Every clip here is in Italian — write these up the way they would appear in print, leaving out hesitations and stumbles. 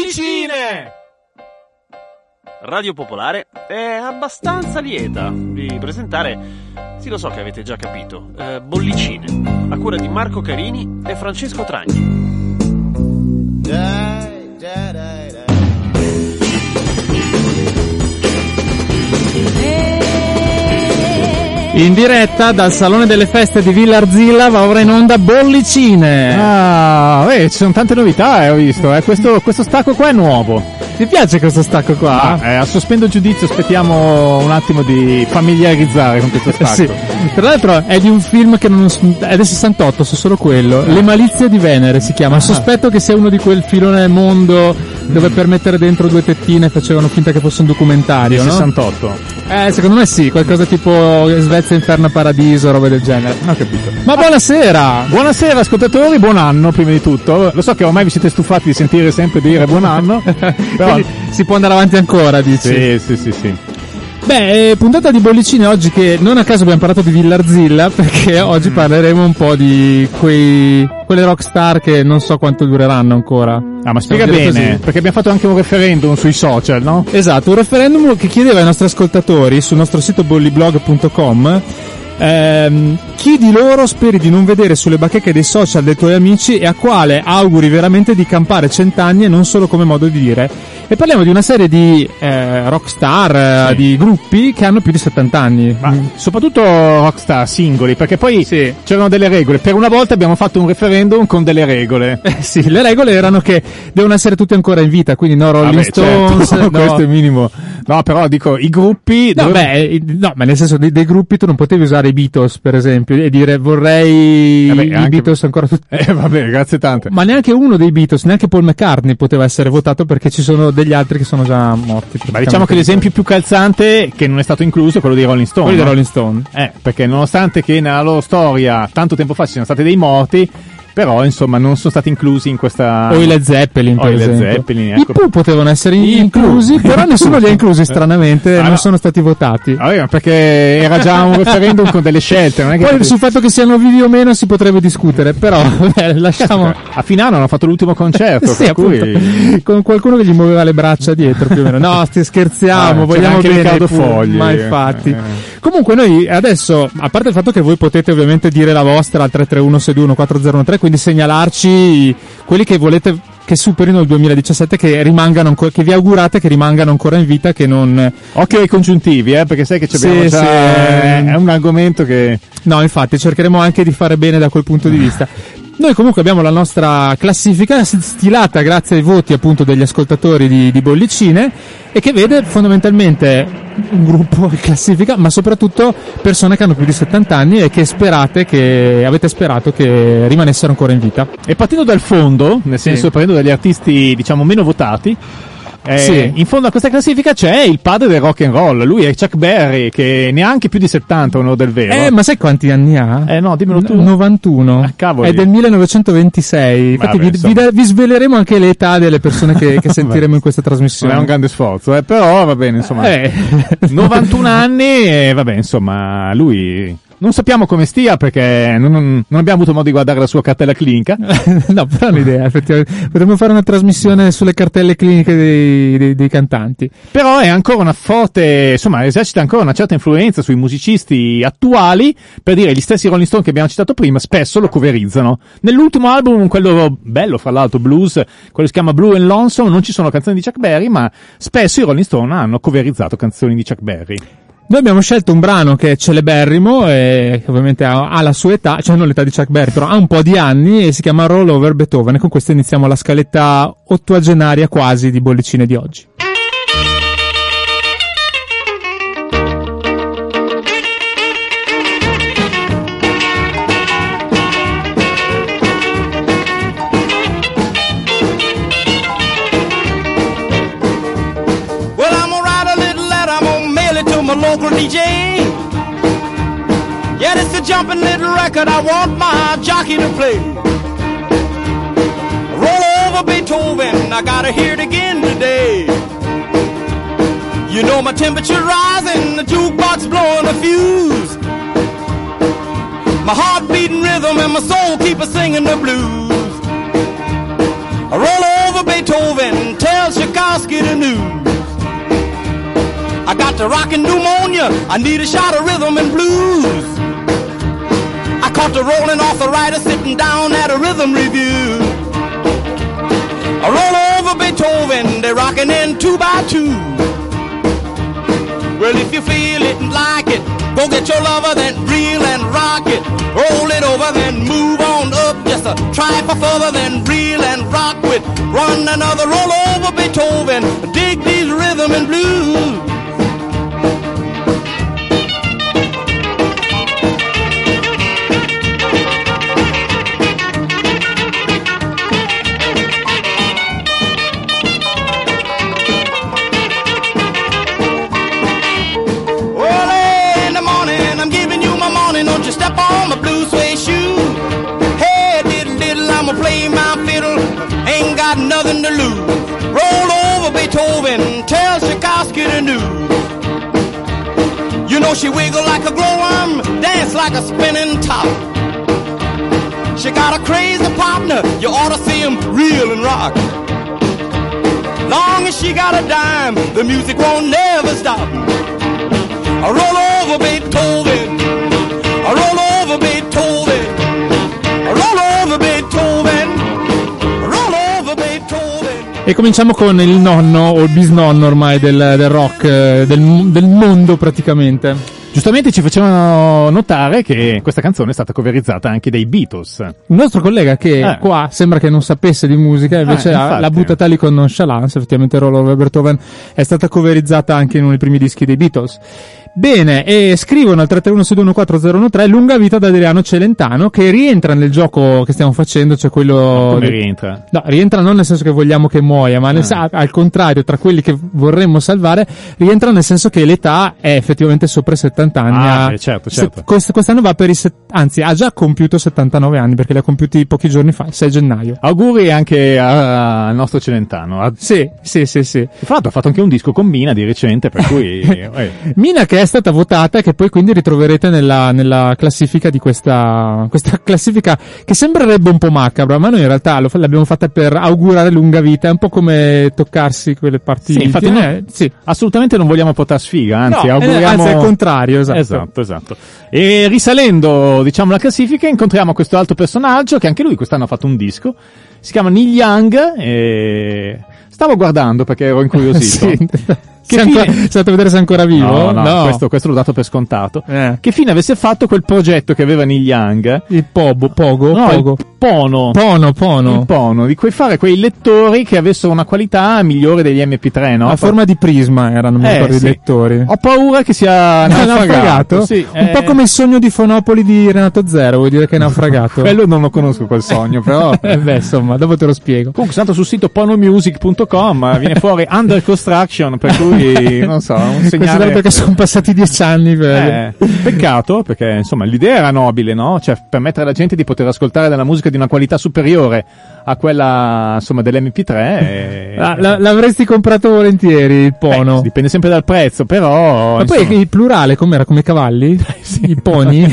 Bollicine! Radio Popolare è abbastanza lieta di presentare, sì lo so che avete già capito, Bollicine, a cura di Marco Carini e Francesco Tragni. In diretta dal Salone delle Feste di Villa Arzilla va ora in onda Bollicine. Ci sono tante novità, ho visto. Questo stacco qua è nuovo. Ti piace questo stacco qua? A sospendo giudizio, aspettiamo un attimo di familiarizzare con questo stacco. Sì. Tra l'altro è di un film che è del 68, so solo quello. Le malizie di Venere si chiama. Sospetto che sia uno di quel filone del mondo dove per mettere dentro due tettine facevano finta che fosse un documentario, no? 68. Secondo me sì, qualcosa tipo Svezia, Inferno, Paradiso, robe del genere. Ho capito. Ma buonasera! Buonasera ascoltatori, buon anno prima di tutto. Lo so che ormai vi siete stufati di sentire sempre dire buon anno, però si può andare avanti ancora, dici? Sì. Beh, puntata di Bollicine oggi che non a caso abbiamo parlato di Villa Arzilla, perché oggi parleremo un po' di quelle rockstar che non so quanto dureranno ancora. Ma spiega bene, così. Perché abbiamo fatto anche un referendum sui social, no? Esatto, un referendum che chiedeva ai nostri ascoltatori sul nostro sito bolliblog.com chi di loro speri di non vedere sulle bacheche dei social dei tuoi amici e a quale auguri veramente di campare 100 anni e non solo come modo di dire. E parliamo di una serie di rockstar, sì, di gruppi che hanno più di 70 anni. Ma soprattutto rockstar singoli, perché poi c'erano delle regole. Per una volta abbiamo fatto un referendum con delle regole. Sì, le regole erano che devono essere tutti ancora in vita, quindi no Rolling Stones, certo. No. Questo è il minimo. No, però dico, i gruppi... No, ma nel senso dei gruppi tu non potevi usare i Beatles, per esempio, e dire vorrei i Beatles ancora tutti. Vabbè, grazie tante. Ma neanche uno dei Beatles, neanche Paul McCartney poteva essere votato perché ci sono degli altri che sono già morti. Ma diciamo che l'esempio più calzante che non è stato incluso è quello di Rolling Stone. Quello di Rolling Stone. Perché nonostante che nella loro storia tanto tempo fa ci siano stati dei morti, però insomma non sono stati inclusi in questa... O i Led Zeppelin, per esempio. Zeppelin, ecco. I Pooh potevano essere inclusi, però nessuno li ha inclusi stranamente, non sono stati votati. Perché era già un referendum con delle scelte. Non è che poi sul fatto che siano vivi o meno si potrebbe discutere, però lasciamo... A Finano hanno fatto l'ultimo concerto, sì, cui... con qualcuno che gli muoveva le braccia dietro più o meno. No, scherziamo, vogliamo anche bene Riccardo Fogli. Ma infatti. Comunque noi adesso, a parte il fatto che voi potete ovviamente dire la vostra al 331-621-4013, quindi segnalarci quelli che volete che superino il 2017, che rimangano ancora, che vi augurate che rimangano ancora in vita, che non... Occhio ai congiuntivi, perché sai che abbiamo è un argomento che... No, infatti cercheremo anche di fare bene da quel punto di vista. Noi comunque abbiamo la nostra classifica stilata grazie ai voti appunto degli ascoltatori di Bollicine, e che vede fondamentalmente un gruppo in classifica, ma soprattutto persone che hanno più di 70 anni e che avete sperato che rimanessero ancora in vita. E partendo dal fondo, nel senso partendo dagli artisti diciamo meno votati, in fondo a questa classifica c'è il padre del rock and roll, lui è Chuck Berry, che neanche più di 70 onore del vero. Ma sai quanti anni ha? No, dimmelo tu. 91. Cavoli. È del 1926. Infatti vi sveleremo anche le età delle persone che sentiremo in questa trasmissione. Non è un grande sforzo, però va bene, insomma. 91 anni e vabbè, insomma, lui... Non sappiamo come stia perché non abbiamo avuto modo di guardare la sua cartella clinica. No, però è un'idea, effettivamente. Potremmo fare una trasmissione sulle cartelle cliniche dei cantanti. Però è ancora una forte, insomma, esercita ancora una certa influenza sui musicisti attuali, per dire gli stessi Rolling Stone che abbiamo citato prima, spesso lo coverizzano. Nell'ultimo album, quello bello fra l'altro, blues, quello si chiama Blue and Lonesome, non ci sono canzoni di Chuck Berry, ma spesso i Rolling Stone hanno coverizzato canzoni di Chuck Berry. Noi abbiamo scelto un brano che è celeberrimo e che ovviamente ha la sua età, cioè non l'età di Chuck Berry, però ha un po' di anni, e si chiama Roll Over Beethoven, e con questo iniziamo la scaletta ottuagenaria quasi di Bollicine di oggi. Local DJ, yeah, it's a jumping little record I want my jockey to play. Roll over Beethoven, I gotta hear it again today. You know my temperature rising, the jukebox blowing a fuse. My heart beating rhythm and my soul keep a singing the blues. Roll over Beethoven, tell Tchaikovsky the news. I got the rockin' pneumonia, I need a shot of rhythm and blues. I caught the rolling arthritis sitting down at a rhythm review. I roll over Beethoven, they're rockin' in 2 by 2. Well, if you feel it and like it, go get your lover, then reel and rock it. Roll it over, then move on up. Just a try for further, then reel and rock with. Run another roll over Beethoven. Dig these rhythm and blues. Step on my blue suede shoe. Hey, diddle diddle, I'ma play my fiddle. Ain't got nothing to lose. Roll over Beethoven, tell Tchaikovsky the news. You know she wiggle like a glowworm, dance like a spinning top. She got a crazy partner, you ought to see him reel and rock. Long as she got a dime, the music won't never stop. I roll over Beethoven. I roll over Beethoven, I roll over Beethoven, I roll over Beethoven. E cominciamo con il nonno o il bisnonno ormai del rock, del mondo praticamente. Giustamente ci facevano notare che questa canzone è stata coverizzata anche dai Beatles. Un nostro collega che qua sembra che non sapesse di musica, invece l'ha buttata lì con nonchalance. Effettivamente Roll Over Beethoven è stata coverizzata anche in uno dei primi dischi dei Beatles. Bene, e scrivono al 331-621-4013 lunga vita ad Adriano Celentano, che rientra nel gioco che stiamo facendo, cioè quello... Come rientra? No, rientra non nel senso che vogliamo che muoia, ma al contrario, tra quelli che vorremmo salvare, rientra nel senso che l'età è effettivamente sopra i 70 anni. Certo. Quest'anno va per anzi, ha già compiuto 79 anni, perché li ha compiuti pochi giorni fa, il 6 gennaio. Auguri anche al nostro Celentano. Sì. Tra l'altro ha fatto anche un disco con Mina di recente, per cui... Mina che è stata votata e che poi quindi ritroverete nella classifica di questa classifica che sembrerebbe un po' macabra, ma noi in realtà l'abbiamo fatta per augurare lunga vita, è un po' come toccarsi quelle parti. Sì, infatti assolutamente non vogliamo portare sfiga, anzi auguriamo... Anzi al contrario, esatto. E risalendo, diciamo, la classifica, incontriamo questo altro personaggio che anche lui quest'anno ha fatto un disco, si chiama Neil Young, e stavo guardando perché ero incuriosito. Sì. Sei andato a vedere se è ancora vivo? No. Questo l'ho dato per scontato. Che fine avesse fatto quel progetto che aveva Neil Young? Il Pogo? Il Pono. Il Pono, di cui fare quei lettori che avessero una qualità migliore degli MP3, no? A forma di prisma erano, mi ricordo, i lettori. Ho paura che sia naufragato. Sì, un po' come il sogno di Fonopoli di Renato Zero, vuol dire che è naufragato. Quello non lo conosco quel sogno, però. Insomma, dopo te lo spiego. Comunque, tanto sul sito ponomusic.com viene fuori Under Construction, per cui non so, un segnale perché sono passati 10 anni peccato, perché insomma l'idea era nobile, no? Cioè permettere alla gente di poter ascoltare della musica di una qualità superiore a quella, insomma, dell'MP3 l'avresti comprato volentieri il Pono. Dipende sempre dal prezzo, però ma poi il plurale com'era, come i cavalli? Sì. I pony?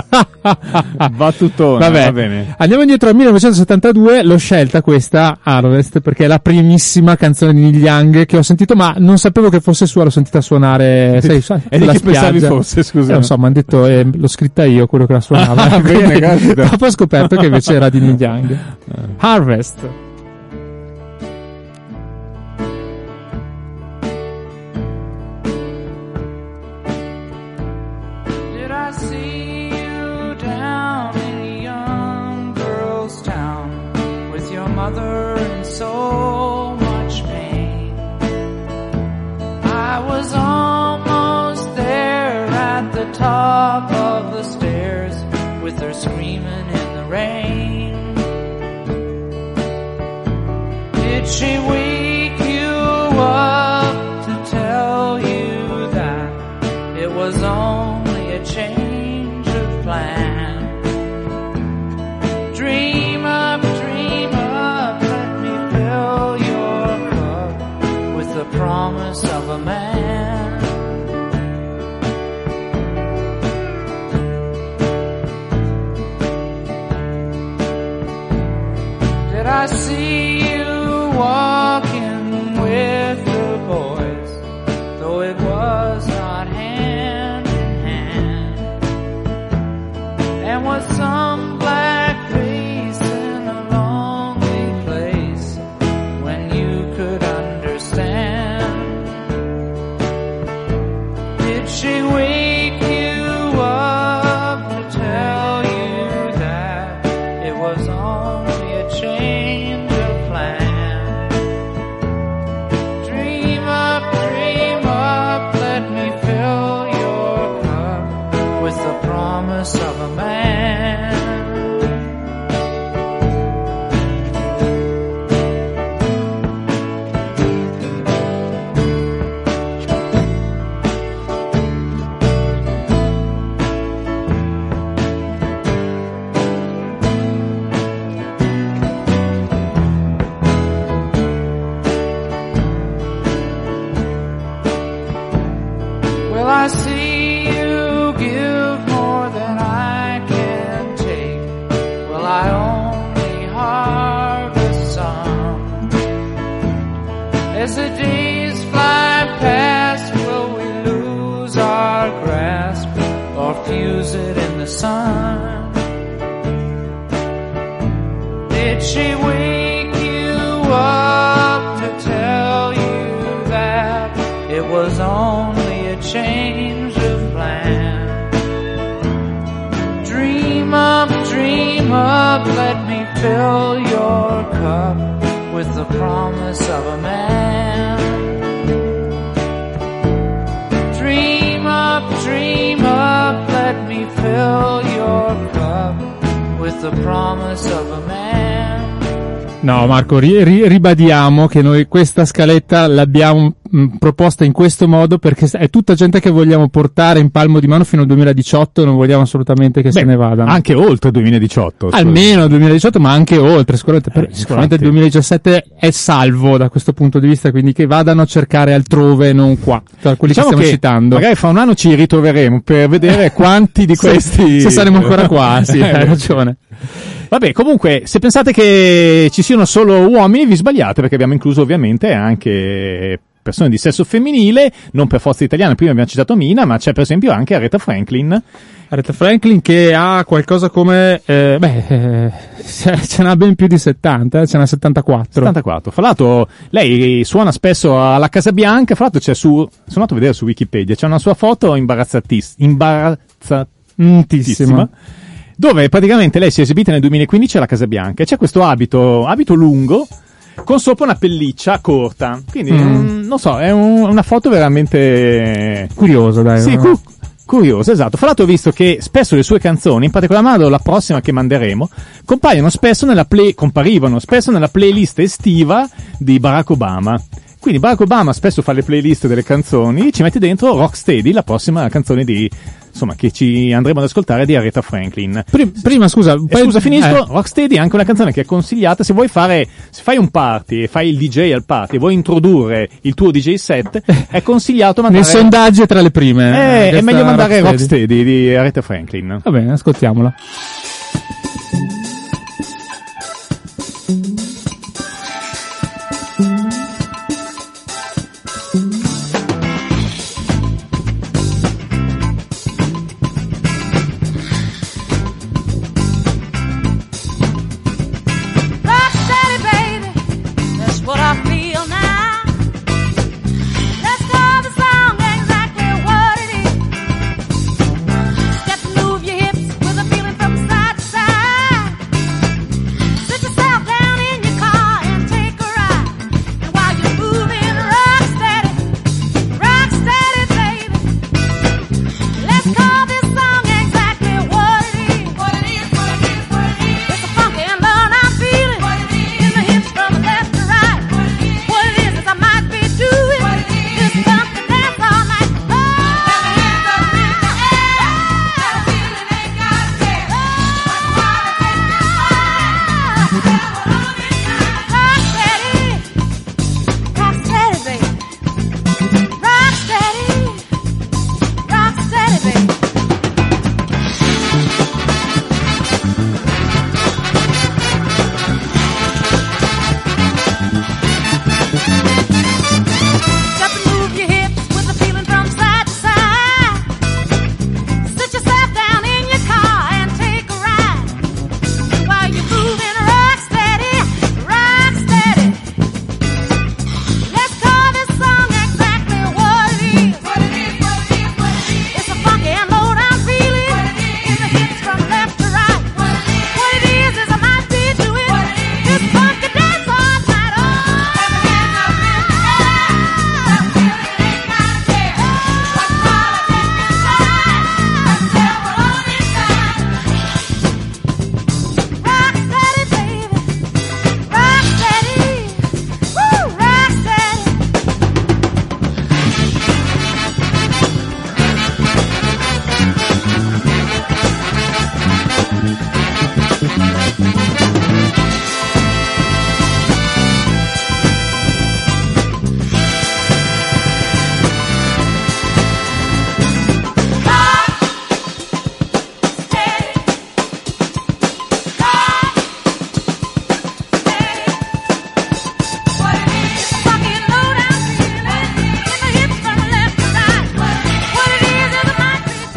Battutone. Va bene. Andiamo indietro al 1972, l'ho scelta questa Harvest perché è la primissima canzone di Neil Young che ho sentito, ma non sapevo che fosse sua, l'ho sentita suonare, sai, e di che pensavi fosse, scusa? Non so, mi hanno detto, l'ho scritta io, quello che la suonava. Bene, grazie. Dopo ho scoperto che invece era di Neil Young. Harvest. Did I see you down in a young girl's town with your mother in so much pain? I was almost there at the top of the stairs with her screaming in the rain. Did she wake you up to tell you that it was only a change of plan? Dream up, let me fill your cup with the promise of a man. Did I see you walking with boys, though it was not hand in hand. And with some black face in a lonely place, when you could understand, did she wake you up to tell you that it was only a change of plan? Dream up, let me fill your cup with the promise of a man. Well, I see you give more than I can take. Well, I only harvest some. As the days fly past, will we lose our grasp or fuse it in the sun? Did she wake you up to tell you that it was only a change of plan? Dream up, let me fill your cup with the promise of a man. Dream up, let me fill your cup with the promise of a man. No, Marco, ribadiamo che noi questa scaletta l'abbiamo proposta in questo modo perché è tutta gente che vogliamo portare in palmo di mano fino al 2018, non vogliamo assolutamente che se ne vadano. Anche oltre il 2018. Almeno il 2018, ma anche oltre, sicuramente il 2017 è salvo da questo punto di vista, quindi che vadano a cercare altrove, non qua, tra quelli diciamo che stiamo citando. Magari fra un anno ci ritroveremo per vedere quanti di questi... se saremo ancora qua, sì, hai ragione. Vabbè, comunque, se pensate che ci siano solo uomini, vi sbagliate, perché abbiamo incluso ovviamente anche persone di sesso femminile, non per forza italiane, prima abbiamo citato Mina, ma c'è per esempio anche Aretha Franklin. Aretha Franklin che ha qualcosa come, ce n'ha ben più di 70, ce n'ha 74. 74. Fra l'altro, lei suona spesso alla Casa Bianca, fra l'altro sono andato a vedere su Wikipedia, c'è una sua foto imbarazzatissima. Dove praticamente lei si è esibita nel 2015 alla Casa Bianca e c'è questo abito lungo con sopra una pelliccia corta, quindi non so, è una foto veramente curiosa, dai. Sì, curiosa, esatto. Fra l'altro ho visto che spesso le sue canzoni, in particolar modo la prossima che manderemo, comparivano spesso nella playlist estiva di Barack Obama. Quindi Barack Obama spesso fa le playlist delle canzoni, ci mette dentro Rocksteady, la prossima canzone che ci andremo ad ascoltare di Aretha Franklin. Prima scusa, finisco. Rocksteady è anche una canzone che è consigliata se fai un party e fai il DJ al party e vuoi introdurre il tuo DJ set, è consigliato mandare nei sondaggi tra le prime. È meglio mandare Rocksteady di Aretha Franklin. Va bene, ascoltiamola. Step, move your hips with a feeling from the side.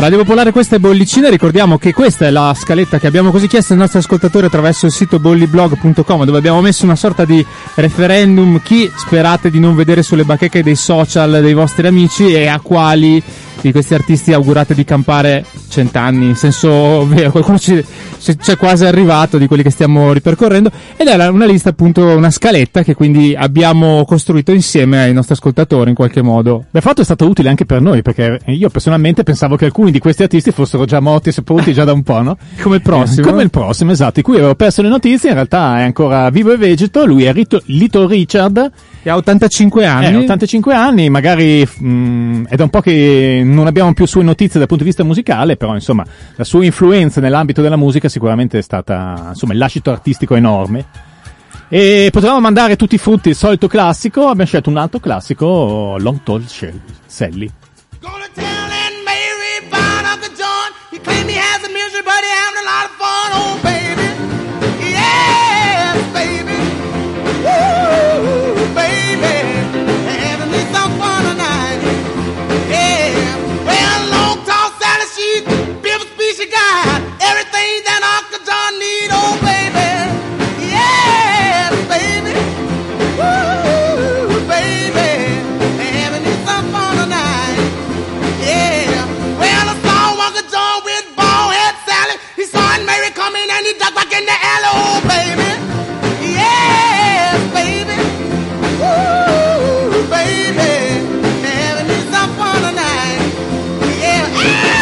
Radio Popolare, questa è Bollicina. Ricordiamo che questa è la scaletta che abbiamo così chiesto ai nostri ascoltatori attraverso il sito bolliblog.com, dove abbiamo messo una sorta di referendum: chi sperate di non vedere sulle bacheche dei social dei vostri amici e a quali di questi artisti augurate di campare 100 anni, in senso vero. Qualcuno c'è quasi arrivato di quelli che stiamo ripercorrendo, ed è una lista, appunto, una scaletta che quindi abbiamo costruito insieme ai nostri ascoltatori in qualche modo. Beh, fatto è stato utile anche per noi, perché io personalmente pensavo che alcuni di questi artisti fossero già morti e sepolti già da un po', no? Come il prossimo. Come il prossimo, esatto, di cui avevo perso le notizie. In realtà è ancora vivo e vegeto. Lui è Little Richard, che ha 85 anni. 85 anni, magari è da un po' che non abbiamo più sue notizie dal punto di vista musicale, però insomma la sua influenza nell'ambito della musica sicuramente è stata, insomma, il lascito artistico enorme. E potevamo mandare tutti i frutti, il solito classico. Abbiamo scelto un altro classico, Long Tall Sally. Gonna tell Aunt Mary about Uncle John. He claimed he has a misery, but he having a lot of fun. Oh, baby. Yes, baby. Woo, baby. Having me some fun tonight. Yeah. Well, Long Tall Sally, she's Bill Speed, she got everything that Uncle John need. Oh, baby. Yes, baby. Woo, baby. Having me some fun tonight. Yeah, well, I saw Uncle John with bald head Sally. He saw Aunt Mary coming and he ducked back in the alley. Oh, baby. Yeah, baby. Woo, baby. Having me some fun tonight. Yeah.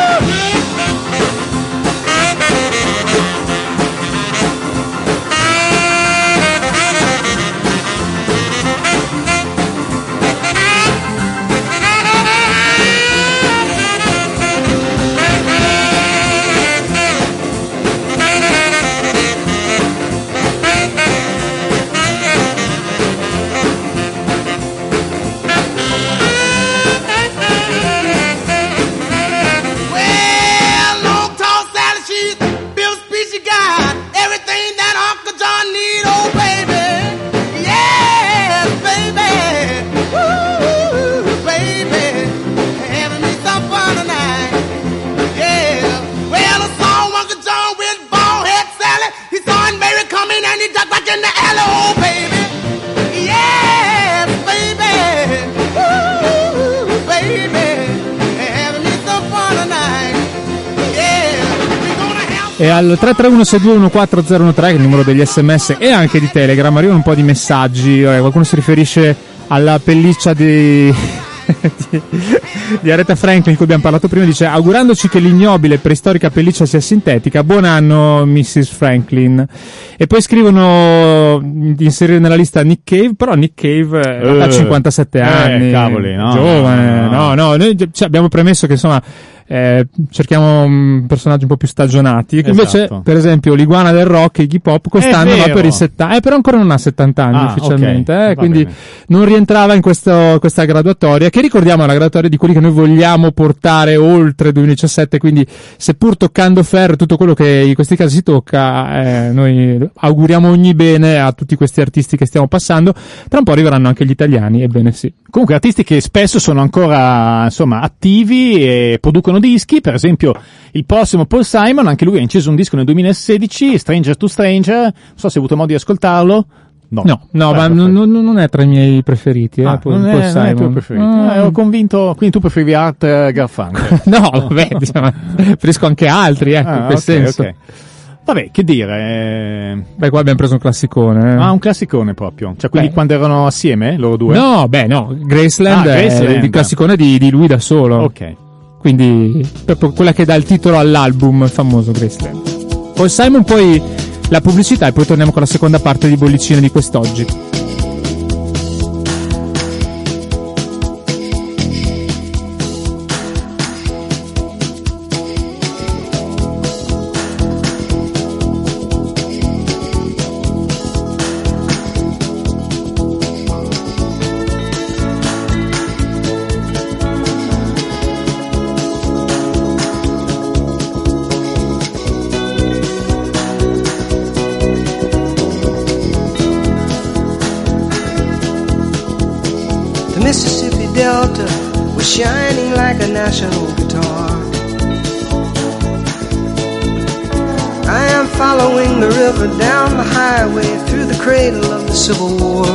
E al 331-621-4013, che è il numero degli SMS e anche di Telegram, arrivano un po' di messaggi. Qualcuno si riferisce alla pelliccia di Aretha Franklin di cui abbiamo parlato prima, dice: augurandoci che l'ignobile preistorica pelliccia sia sintetica, buon anno Mrs. Franklin. E poi scrivono di inserire nella lista Nick Cave, però Nick Cave ha 57 anni, cavoli, no, giovane, no, noi abbiamo premesso che insomma cerchiamo personaggi un po' più stagionati. Esatto. Invece, per esempio, l'iguana del rock, Iggy Pop, quest'anno va per i 70, però ancora non ha 70 anni ufficialmente, okay. Quindi bene. Non rientrava in questa graduatoria, che ricordiamo è la graduatoria di quelli che noi vogliamo portare oltre 2017, quindi seppur toccando ferro tutto quello che in questi casi si tocca, noi auguriamo ogni bene a tutti questi artisti che stiamo passando. Tra un po' arriveranno anche gli italiani, ebbene sì. Comunque artisti che spesso sono ancora, insomma, attivi e producono dischi. Per esempio il prossimo Paul Simon, anche lui ha inciso un disco nel 2016, Stranger to Stranger, non so se hai avuto modo di ascoltarlo. No, ma non è tra i miei preferiti. Non è il tuo preferito. Ero convinto, quindi tu preferivi Art Garfunkel. No, vabbè, diciamo, preferisco anche altri, in quel senso. Okay. Vabbè, che dire. Beh, qua abbiamo preso un classicone. Un classicone proprio. Cioè quelli quando erano assieme, loro due? No, Graceland è il classicone di lui da solo. Ok. Quindi, proprio quella che dà il titolo all'album, il famoso Graceland. Paul Simon, poi la pubblicità e poi torniamo con la seconda parte di Bollicine di quest'oggi. Mississippi Delta was shining like a national guitar. following the river down the highway through the cradle of the Civil War.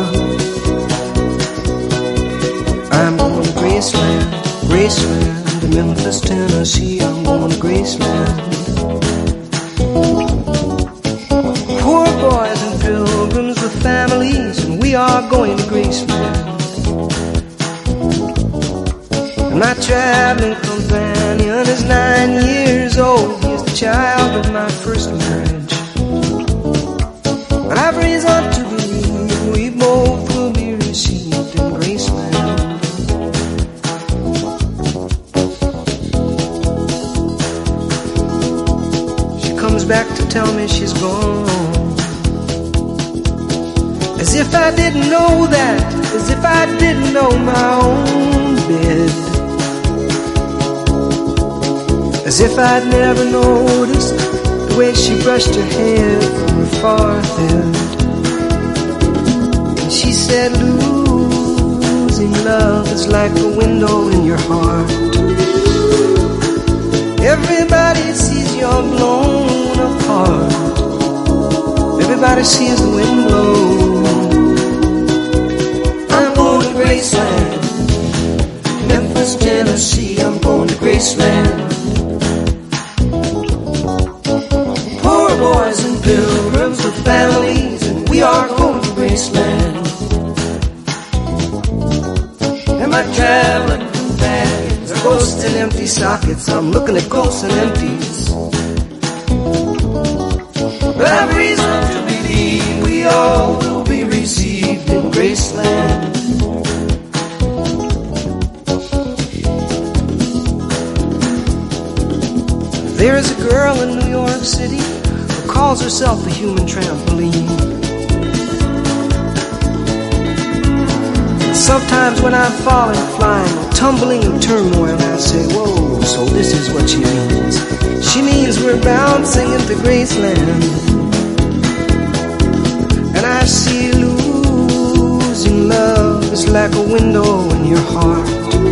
I'm going to Graceland, Graceland, to Memphis, Tennessee. I'm going to Graceland. Poor boys and pilgrims with families, and we are going to Graceland. And my traveling companion is 9 years old. He's the child of my first marriage. But I've reason to believe we both will be received in Graceland. She comes back to tell me she's gone. As if I didn't know that, as if I didn't know my own bed. As if I'd never noticed the way she brushed her hair from her forehead. And she said, losing love is like a window in your heart. Everybody sees you're blown apart. Everybody sees the wind blow. I'm going to Graceland, Memphis, Tennessee. I'm going to Graceland. Boys and pilgrims with families, and we are going to Graceland. And my traveling companions are ghosts and empty sockets. I'm looking at ghosts and empties. But I've reason to believe we all will be received in Graceland. There is a girl in New York City calls herself a human trampoline. Sometimes when I'm falling, flying, or tumbling in turmoil, I say, whoa, so this is what she means. She means we're bouncing into Graceland. And I see losing love is like a window in your heart.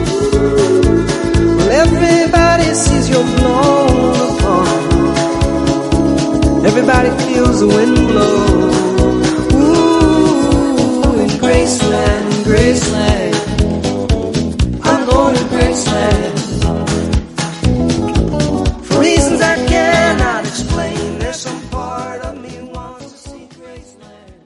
Well, everybody sees you're blown apart. Everybody feels the wind blow. Ooh, in Graceland, Graceland.